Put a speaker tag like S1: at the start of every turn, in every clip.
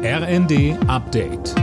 S1: RND Update.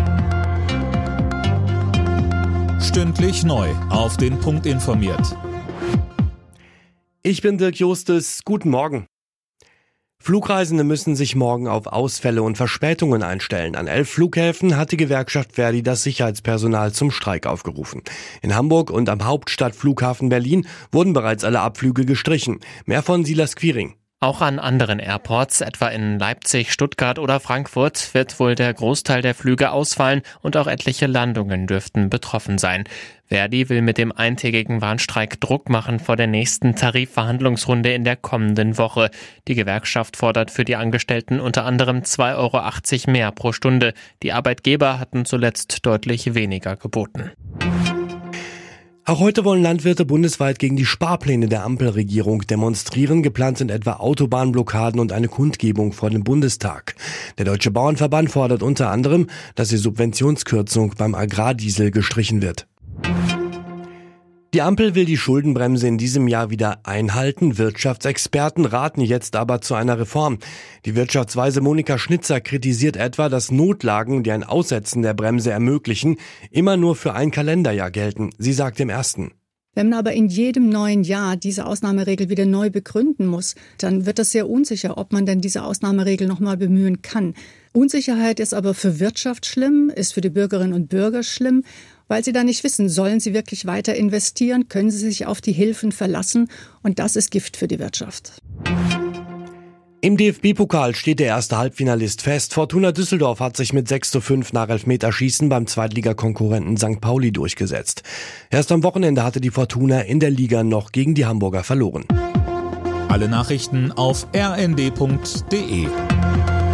S1: Stündlich neu auf den Punkt informiert.
S2: Ich bin Dirk Justus. Guten Morgen. Flugreisende müssen sich morgen auf Ausfälle und Verspätungen einstellen. An 11 Flughäfen hat die Gewerkschaft ver.di das Sicherheitspersonal zum Streik aufgerufen. In Hamburg und am Hauptstadtflughafen Berlin wurden bereits alle Abflüge gestrichen. Mehr von Silas Quiring.
S3: Auch an anderen Airports, etwa in Leipzig, Stuttgart oder Frankfurt, wird wohl der Großteil der Flüge ausfallen und auch etliche Landungen dürften betroffen sein. ver.di will mit dem eintägigen Warnstreik Druck machen vor der nächsten Tarifverhandlungsrunde in der kommenden Woche. Die Gewerkschaft fordert für die Angestellten unter anderem 2,80 € mehr pro Stunde. Die Arbeitgeber hatten zuletzt deutlich weniger geboten.
S2: Auch heute wollen Landwirte bundesweit gegen die Sparpläne der Ampelregierung demonstrieren. Geplant sind etwa Autobahnblockaden und eine Kundgebung vor dem Bundestag. Der Deutsche Bauernverband fordert unter anderem, dass die Subventionskürzung beim Agrardiesel gestrichen wird. Die Ampel will die Schuldenbremse in diesem Jahr wieder einhalten. Wirtschaftsexperten raten jetzt aber zu einer Reform. Die Wirtschaftsweise Monika Schnitzer kritisiert etwa, dass Notlagen, die ein Aussetzen der Bremse ermöglichen, immer nur für ein Kalenderjahr gelten. Sie sagt im Ersten:
S4: Wenn man aber in jedem neuen Jahr diese Ausnahmeregel wieder neu begründen muss, dann wird das sehr unsicher, ob man denn diese Ausnahmeregel nochmal bemühen kann. Unsicherheit ist aber für Wirtschaft schlimm, ist für die Bürgerinnen und Bürger schlimm, weil sie da nicht wissen, sollen sie wirklich weiter investieren, können sie sich auf die Hilfen verlassen, und das ist Gift für die Wirtschaft.
S2: Im DFB-Pokal steht der erste Halbfinalist fest. Fortuna Düsseldorf hat sich mit 6:5 nach Elfmeterschießen beim Zweitligakonkurrenten St. Pauli durchgesetzt. Erst am Wochenende hatte die Fortuna in der Liga noch gegen die Hamburger verloren.
S1: Alle Nachrichten auf rnd.de.